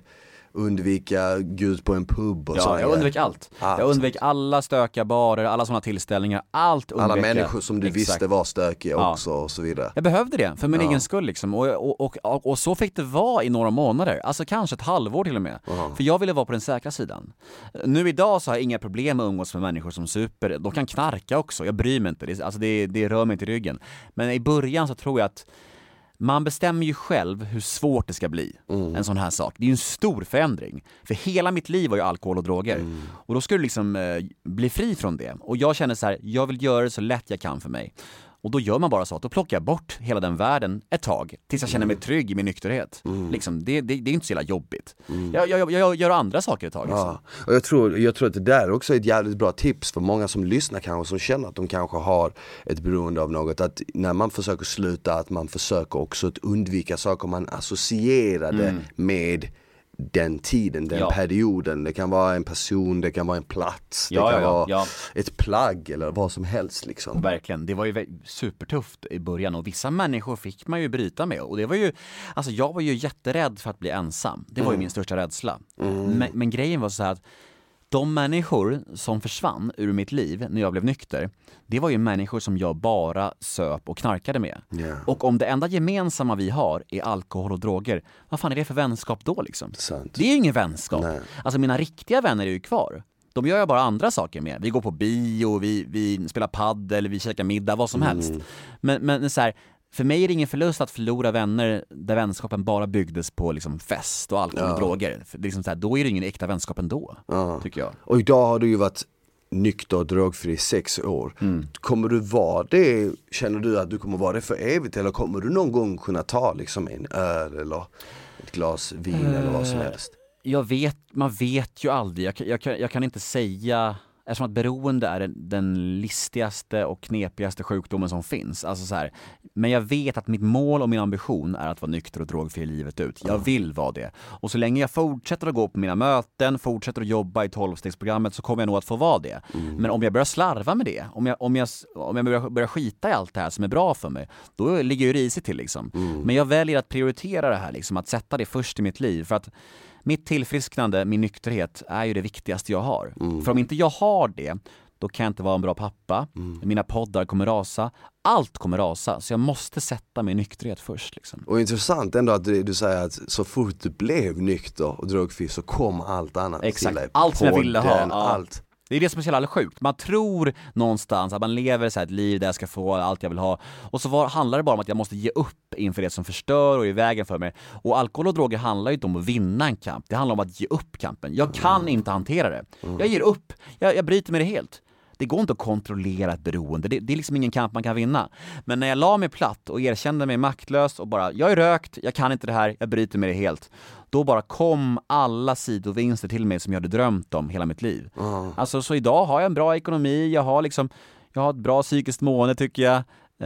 undvika gå ut på en pub och så. Ja, jag undvek allt. Jag undvek alla stökiga barer, alla sådana tillställningar, allt undvek. Alla människor som du visste var stökiga också och så vidare. Jag behövde det för min egen skull liksom. Och så fick det vara i några månader, alltså kanske ett halvår till och med. För jag ville vara på den säkra sidan. Nu idag så har jag inga problem med att umgås med människor som super. De kan knarka också, jag bryr mig inte. Det rör mig inte i ryggen. Men i början så tror jag att man bestämmer ju själv hur svårt det ska bli. En sån här sak. Det är ju en stor förändring. För hela mitt liv var ju alkohol och droger. Och då ska du liksom bli fri från det. Och jag känner så här, jag vill göra det så lätt jag kan för mig. Och då gör man bara så att då plockar jag bort hela den världen ett tag tills jag känner mig trygg i min nykterhet. Liksom, det är inte så jävla jobbigt. Jag gör andra saker ett tag liksom. Ja. Och jag tror att det där också är ett jävligt bra tips för många som lyssnar kanske, som känner att de kanske har ett beroende av något, att när man försöker sluta, att man försöker också att undvika saker man associerar det med den tiden, den perioden. Det kan vara en person, det kan vara en plats, det kan vara ett plagg eller vad som helst liksom. Verkligen, det var ju supertufft i början och vissa människor fick man ju bryta med och det var ju, alltså jag var ju jätterädd för att bli ensam. Det var ju min största rädsla. Men grejen var så här att de människor som försvann ur mitt liv när jag blev nykter, det var ju människor som jag bara söp och knarkade med. Och om det enda gemensamma vi har är alkohol och droger, vad fan är det för vänskap då liksom? Det är ju ingen vänskap. Alltså mina riktiga vänner är ju kvar. De gör jag bara andra saker med. Vi går på bio, vi spelar paddel, vi käkar middag, vad som helst. Men så här, för mig är det ingen förlust att förlora vänner där vänskapen bara byggdes på liksom fest och alkohol och droger. För det är liksom så här, då är det ingen äkta vänskap ändå, tycker jag. Och idag har du ju varit nykter och drogfri i 6 år. Kommer du vara det, känner du att du kommer vara det för evigt, eller kommer du någon gång kunna ta liksom en öl eller ett glas vin eller vad som helst? Man vet ju aldrig. Jag kan inte säga, eftersom att beroende är den listigaste och knepigaste sjukdomen som finns. Alltså så här, men jag vet att mitt mål och min ambition är att vara nykter och drogfri livet ut. Jag vill vara det. Och så länge jag fortsätter att gå på mina möten, fortsätter att jobba i 12-stegsprogrammet, så kommer jag nog att få vara det. Men om jag börjar slarva med det, om jag börjar skita i allt det här som är bra för mig, då ligger ju risigt till liksom. Men jag väljer att prioritera det här liksom, att sätta det först i mitt liv, för att mitt tillfrisknande, min nykterhet är ju det viktigaste jag har. För om inte jag har det, då kan jag inte vara en bra pappa. Mina poddar kommer rasa. Allt kommer rasa. Så jag måste sätta min nykterhet först liksom. Och intressant ändå att du säger att så fort du blev nykter och drogfri så kom allt annat. Exakt, allt som jag ville ha. Allt. Det är det som är så jävla sjukt. Man tror någonstans att man lever så här ett liv där jag ska få allt jag vill ha. Och så handlar det bara om att jag måste ge upp inför det som förstör och är i vägen för mig. Och alkohol och droger handlar ju inte om att vinna en kamp. Det handlar om att ge upp kampen. Jag kan inte hantera det. Jag ger upp. Jag bryter med det helt. Det går inte att kontrollera ett beroende. Det är liksom ingen kamp man kan vinna. Men när jag la mig platt och erkände mig maktlös och bara, jag är rökt, jag kan inte det här, jag bryter med det helt. Då bara kom alla sidovinster till mig som jag hade drömt om hela mitt liv. Alltså så idag har jag en bra ekonomi, jag har ett bra psykiskt mående tycker jag.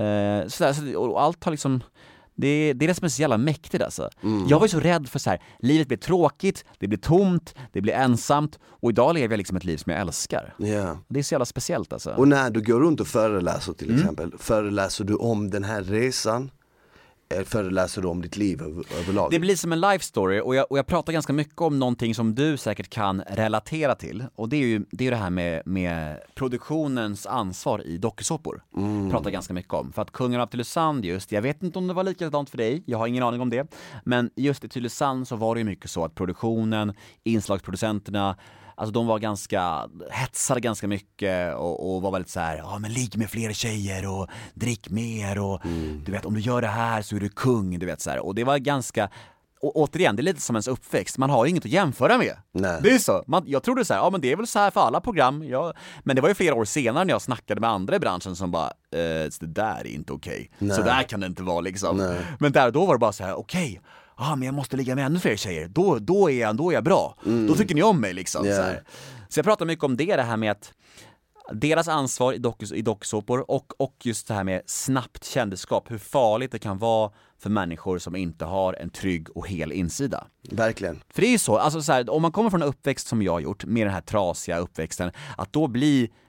Och allt har liksom... Det är det som är så jävla mäktigt alltså. Jag var ju så rädd för så här, livet blir tråkigt, det blir tomt, det blir ensamt. Och idag lever jag liksom ett liv som jag älskar. Det är så jävla speciellt alltså. Och när du går runt och föreläser till exempel, föreläser du om den här resan? Föreläser du om ditt liv överlag? Det blir som en life story och jag pratar ganska mycket om någonting som du säkert kan relatera till. Och det är ju det här med produktionens ansvar i dokusåpor. Pratar ganska mycket om. För att Kungen av Tylösand just, jag vet inte om det var likadant för dig, jag har ingen aning om det. Men just i Tylösand så var det ju mycket så att produktionen, inslagsproducenterna, alltså de var ganska hetsade ganska mycket och var väldigt så här, ja men ligg med fler tjejer och drick mer och du vet om du gör det här så är du kung, du vet så här. Och det var ganska, och återigen, det är lite som ens uppväxt, man har inget att jämföra med. Nej. Det är så, jag trodde så här, ja men det är väl så här för alla program. Men det var ju flera år senare när jag snackade med andra i branschen som bara, det där är inte okej. Så där kan det inte vara liksom. Nej. Men då var det bara så här, okej. Men jag måste ligga med ännu fler tjejer. Då är jag bra. Då tycker ni om mig liksom. Så jag pratar mycket om det här med att deras ansvar i dokusåpor och just det här med snabbt kändisskap, hur farligt det kan vara för människor som inte har en trygg och hel insida. Verkligen. För det är ju så, alltså så här, om man kommer från en uppväxt som jag har gjort, med den här trasiga uppväxten, att då bli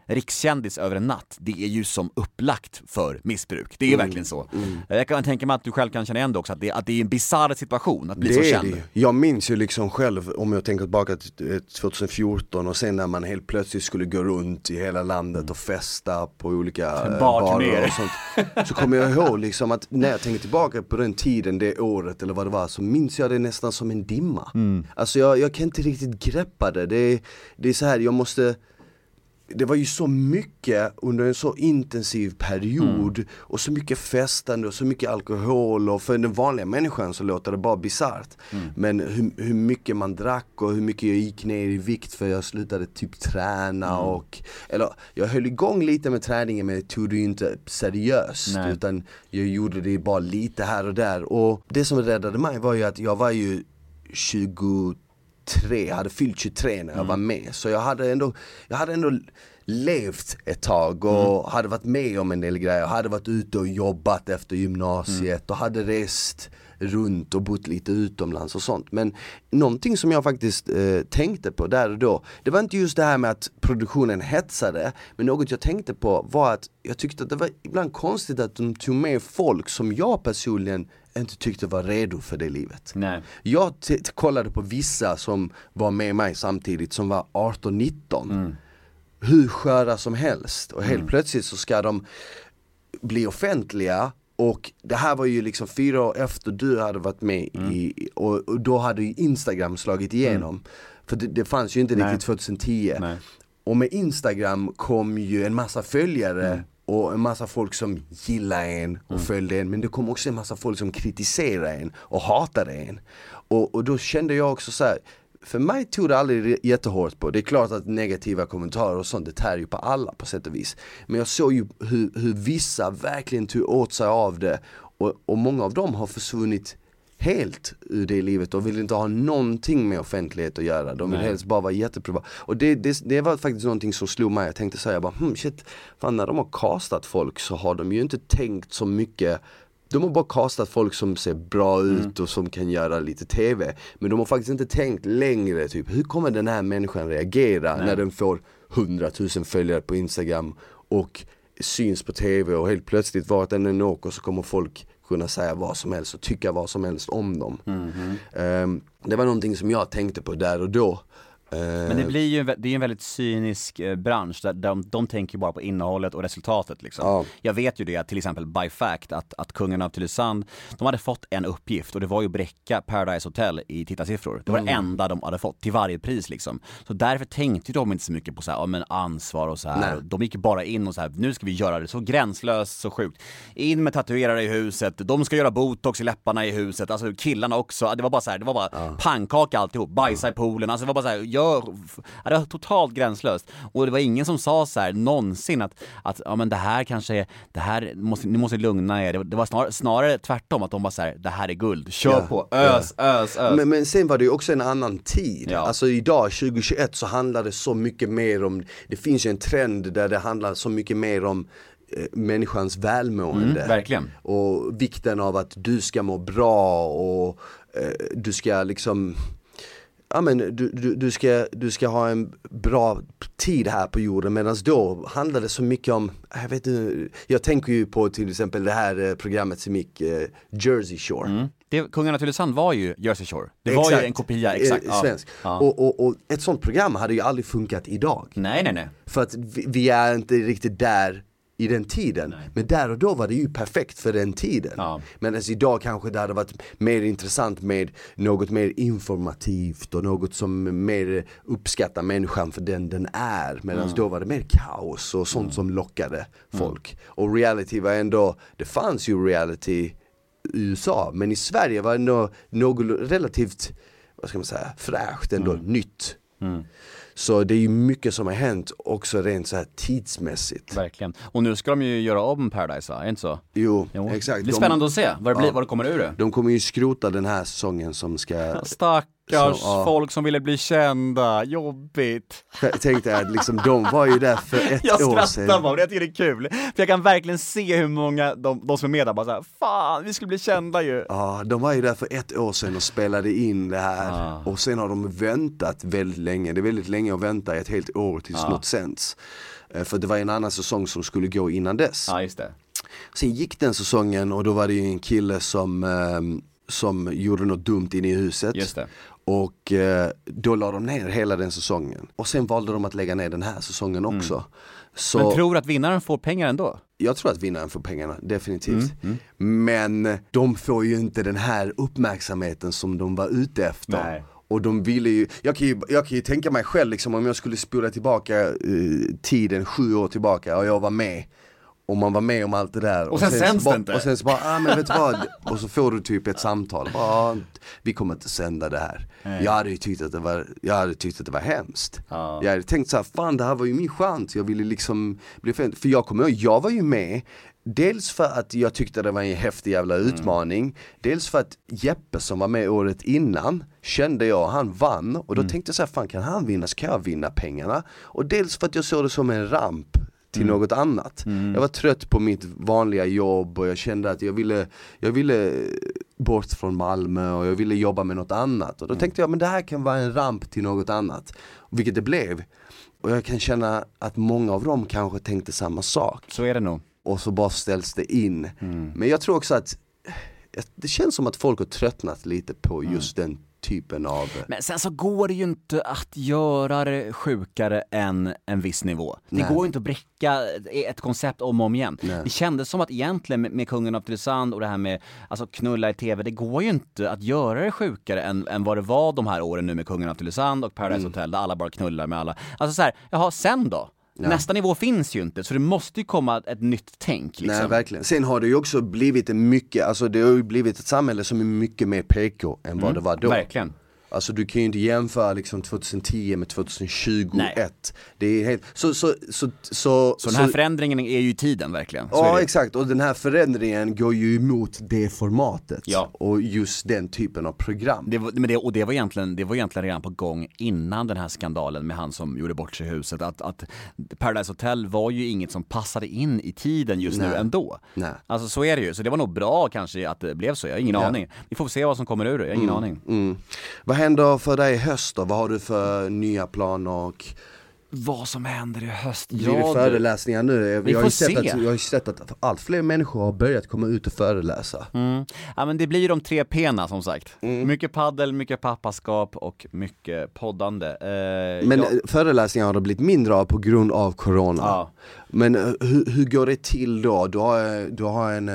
rikskändis över en natt, det är ju som upplagt för missbruk. Det är verkligen så. Jag kan tänka mig att du själv kan känna igen det också, att det är en bizarr situation att bli så känd. Det. Jag minns ju liksom själv, om jag tänker tillbaka till 2014 och sen när man helt plötsligt skulle gå runt i hela landet och festa på olika barer och sånt. Så kommer jag ihåg liksom att när jag tänker tillbaka på den tiden, det året eller vad det var, så minns jag det nästan som en dimma. Alltså jag kan inte riktigt greppa det. Det är så här, det var ju så mycket under en så intensiv period och så mycket festande och så mycket alkohol, och för den vanliga människan så låter det bara bizarrt. Men hur mycket man drack och hur mycket jag gick ner i vikt för jag slutade typ träna eller jag höll igång lite med träningen, men jag tog det ju inte seriöst. Nej. Utan jag gjorde det bara lite här och där, och det som räddade mig var ju att jag var ju 23, jag hade fyllt 23 när jag var med. Så jag hade ändå levt ett tag och hade varit med om en del grejer. Jag hade varit ute och jobbat efter gymnasiet och hade rest runt och bott lite utomlands och sånt. Men någonting som jag faktiskt tänkte på där och då, det var inte just det här med att produktionen hetsade, men något jag tänkte på var att jag tyckte att det var ibland konstigt att de tog med folk som jag personligen inte tyckte var redo för det livet. Nej. Jag kollade på vissa som var med mig samtidigt, som var 18-19. Hur sköra som helst. Och helt plötsligt så ska de bli offentliga. Och det här var ju liksom 4 år efter du hade varit med och då hade ju Instagram slagit igenom. För det fanns ju inte riktigt 2010. Nej. Och med Instagram kom ju en massa följare och en massa folk som gillade en och följde en. Men det kom också en massa folk som kritiserade en och hatade en. Och då kände jag också så här, för mig tog det aldrig jättehårt på. Det är klart att negativa kommentarer och sånt, det tär ju på alla på sätt och vis. Men jag såg ju hur vissa verkligen tog åt sig av det. Och många av dem har försvunnit helt ur det livet och vill inte ha någonting med offentlighet att göra. De vill helst bara vara jätteprivat. Och det var faktiskt någonting som slog mig. Jag tänkte säga bara, shit, fan, när de har castat folk så har de ju inte tänkt så mycket. De har bara castat folk som ser bra ut och som kan göra lite tv. Men de har faktiskt inte tänkt längre, typ, hur kommer den här människan reagera när den får 100 000 följare på Instagram och syns på tv, och helt plötsligt vart den än åker så kommer folk kunna säga vad som helst och tycka vad som helst om dem. Det var någonting som jag tänkte på där och då. Men det är ju en väldigt cynisk bransch där de tänker bara på innehållet och resultatet liksom. Ja. Jag vet ju det, till exempel by fact, att kungen av Tylösand, de hade fått en uppgift och det var ju att bräcka Paradise Hotel i tittarsiffror. Det var det enda de hade fått till varje pris liksom. Så därför tänkte de inte så mycket på så här, men ansvar och så här. De gick bara in och så här, nu ska vi göra det så gränslöst, så sjukt. In med tatuerare i huset, de ska göra botox i läpparna i huset, alltså killarna också. Det var bara så här, det var bara pannkaka alltihop, bajsa i poolen, alltså det var bara så här, det var totalt gränslöst. Och det var ingen som sa så här någonsin att ja, men det här kanske ni måste lugna er. Det var snarare tvärtom, att de var så här, det här är guld, kör på, ös. Men sen var det ju också en annan tid. Alltså idag 2021 så handlar det så mycket mer om, det finns ju en trend där det handlar så mycket mer om människans välmående. Verkligen. Och vikten av att du ska må bra och du ska liksom, ja, men du ska ha en bra tid här på jorden, medan då handlar det så mycket om, jag tänker ju på till exempel det här programmet som gick Jersey Shore. Kungen av Tylösand var ju Jersey Shore. Det var ju en kopia, exakt. Svensk. Ja. Och ett sånt program hade ju aldrig funkat idag. Nej. För att vi är inte riktigt där i den tiden. Nej. Men där och då var det ju perfekt för den tiden. Ja. Men alltså idag kanske det hade varit mer intressant med något mer informativt och något som mer uppskattar människan för den är. Medan då var det mer kaos och sånt som lockade folk. Och reality var ändå, det fanns ju reality i USA, men i Sverige var det ändå något relativt, vad ska man säga, fräscht ändå, nytt. Så det är ju mycket som har hänt också rent så här tidsmässigt. Verkligen. Och nu ska de ju göra om Paradise, va? Är det inte så? Jo. Exakt. Det är spännande att se vad det kommer ur det. De kommer ju skrota den här säsongen som ska... Stackars folk som ville bli kända. Jobbigt. Jag tänkte att liksom, de var ju där för ett år sedan. Jag skrattar bara, jag tycker det är kul. För jag kan verkligen se hur många de som är med där bara så här, fan, vi skulle bli kända ju. Ja, de var ju där för ett år sedan och spelade in det här. Och sen har de väntat väldigt länge. Det är väldigt länge att vänta, ett helt år tills något sänds. För det var en annan säsong som skulle gå innan dess. Ja, just det. Sen gick den säsongen och då var det ju en kille som gjorde något dumt inne i huset. Just det. Och då la de ner hela den säsongen. Och sen valde de att lägga ner den här säsongen också. Så Men tror du att vinnaren får pengar ändå? jag tror att vinnaren får pengarna, definitivt. Men de får ju inte den här uppmärksamheten som de var ute efter. Nej. Och de ville ju, jag kan ju tänka mig själv liksom, om jag skulle spola tillbaka tiden 7 år tillbaka och jag var med. Och man var med om allt det där. Och sen sänds det inte. Och sen så bara, men vet du vad? Och så får du typ ett samtal. Vi kommer inte sända det här. Jag hade ju tyckt att det var hemskt. Ja. Jag hade tänkt så här, fan det här var ju min chans. Jag ville liksom bli fan. För jag var ju med. Dels för att jag tyckte det var en häftig jävla utmaning. Dels för att Jeppe som var med året innan kände jag, han vann. Och då tänkte jag så här, fan kan han vinna så kan jag vinna pengarna. Och dels för att jag såg det som en ramp till något annat. Jag var trött på mitt vanliga jobb och jag kände att jag ville bort från Malmö och jag ville jobba med något annat. Och då tänkte jag, men det här kan vara en ramp till något annat. Vilket det blev. Och jag kan känna att många av dem kanske tänkte samma sak. Så är det nog. Och så bara ställs det in. Men jag tror också att det känns som att folk har tröttnat lite på just den typen av... Men sen så går det ju inte att göra det sjukare än en viss nivå. Det Nej. går ju inte att bräcka ett koncept om och om igen. Nej. Det kändes som att egentligen med Kungen av Tylösand och det här med alltså knulla i tv, det går ju inte att göra det sjukare än vad det var de här åren nu med Kungen av Tylösand och Paradise Hotel där alla bara knullar med alla. Alltså så här, jaha, sen då? Ja. Nästa nivå finns ju inte, så det måste ju komma ett nytt tänk liksom. Nej, verkligen. Sen har det ju också blivit det har ju blivit ett samhälle som är mycket mer PK än vad det var då. Verkligen. Alltså du kan ju inte jämföra liksom 2010 med 2021. Nej. Det är helt Så den här förändringen är ju i tiden verkligen. Så ja, exakt. Och den här förändringen går ju emot det formatet. Ja. Och just den typen av program. Det var egentligen redan på gång innan den här skandalen med han som gjorde bort sig i huset. Att Paradise Hotel var ju inget som passade in i tiden just nu ändå. Nej. Alltså så är det ju. Så det var nog bra kanske att det blev så. Jag har ingen aning. Vi får se vad som kommer ur det. Jag har ingen aning. Vad händer för dig i höst då? Vad har du för nya planer och... Vad som händer i höst? Blir det föreläsningar nu? Vi får se. Jag har ju sett att allt fler människor har börjat komma ut och föreläsa. Ja, men det blir de 3 P:na som sagt. Mycket paddel, mycket pappaskap och mycket poddande. Föreläsningar har det blivit mindre av på grund av corona. Ja. Men hur går det till då? Du har en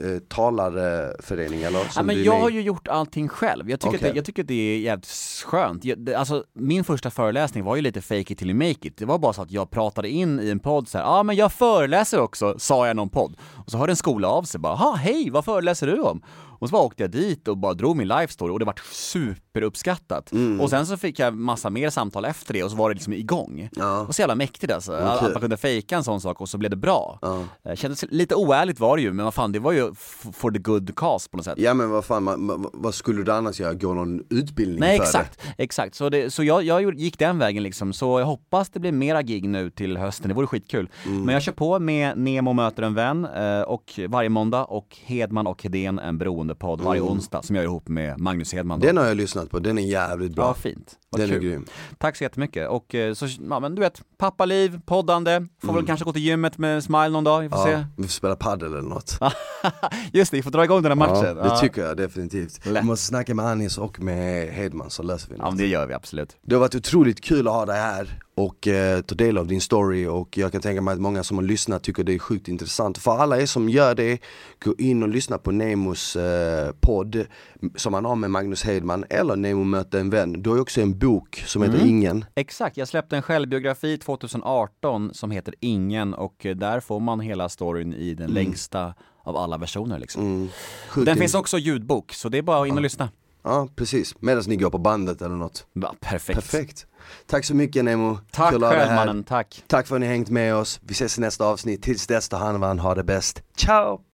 talarförening eller? Ja, men jag har ju gjort allting själv. Jag tycker att det är jävligt skönt. Alltså, min första föreläsning var ju lite fake it till you make it. Det var bara så att jag pratade in i en podd så här, men jag föreläser också, sa jag i någon podd. Och så hörde en skola av sig bara, hej, vad föreläser du om? Och så bara åkte jag dit och bara drog min life story och det var superuppskattat. Och sen så fick jag massa mer samtal efter det och så var det liksom igång. Och så jävla mäktigt alltså. Att man kunde fejka en sån sak och så blev det bra. Kändes lite oärligt var det ju, men vad fan, det var ju for the good cause på något sätt. Ja, men vad fan, vad skulle du annars göra? Gå någon utbildning Nej, för exakt. Så jag gick den vägen liksom. Så jag hoppas det blir mera gig nu till hösten. Det vore skitkul. Men jag kör på med Nemo möter en vän och varje måndag och Hedman och Hedén en beroende podd varje onsdag som jag gör ihop med Magnus Hedman då. Den har jag lyssnat på, den är jävligt bra. Ja, fint. Den är grym. Tack så jättemycket. Och så, ja, men du vet, pappaliv, poddande, får väl kanske gå till gymmet med Smile någon dag, vi får se. Vi får spela paddel eller något. Just det, vi får dra igång den här matchen. Ja, det tycker jag definitivt. Vi måste snacka med Anis och med Hedman så löser vi något. Ja, men det gör vi absolut. Det har varit otroligt kul att ha dig här och ta del av din story, och jag kan tänka mig att många som har lyssnat tycker det är sjukt intressant. För alla er som gör det, gå in och lyssna på Nemos podd som han har med Magnus Hedman, eller Nemo möter en vän. Du har ju också en bok som heter Ingen. Exakt, jag släppte en självbiografi 2018 som heter Ingen, och där får man hela storyn i den längsta av alla versioner liksom. Den finns också ljudbok, så det är bara att in och lyssna. Ja, precis. Medan ni går på bandet eller något. Ja, perfekt. Tack så mycket Nemo. Tack själv mannen, tack. Tack för att ni har hängt med oss. Vi ses i nästa avsnitt. Tills dess, ta hand om varandra, ha det bäst. Ciao!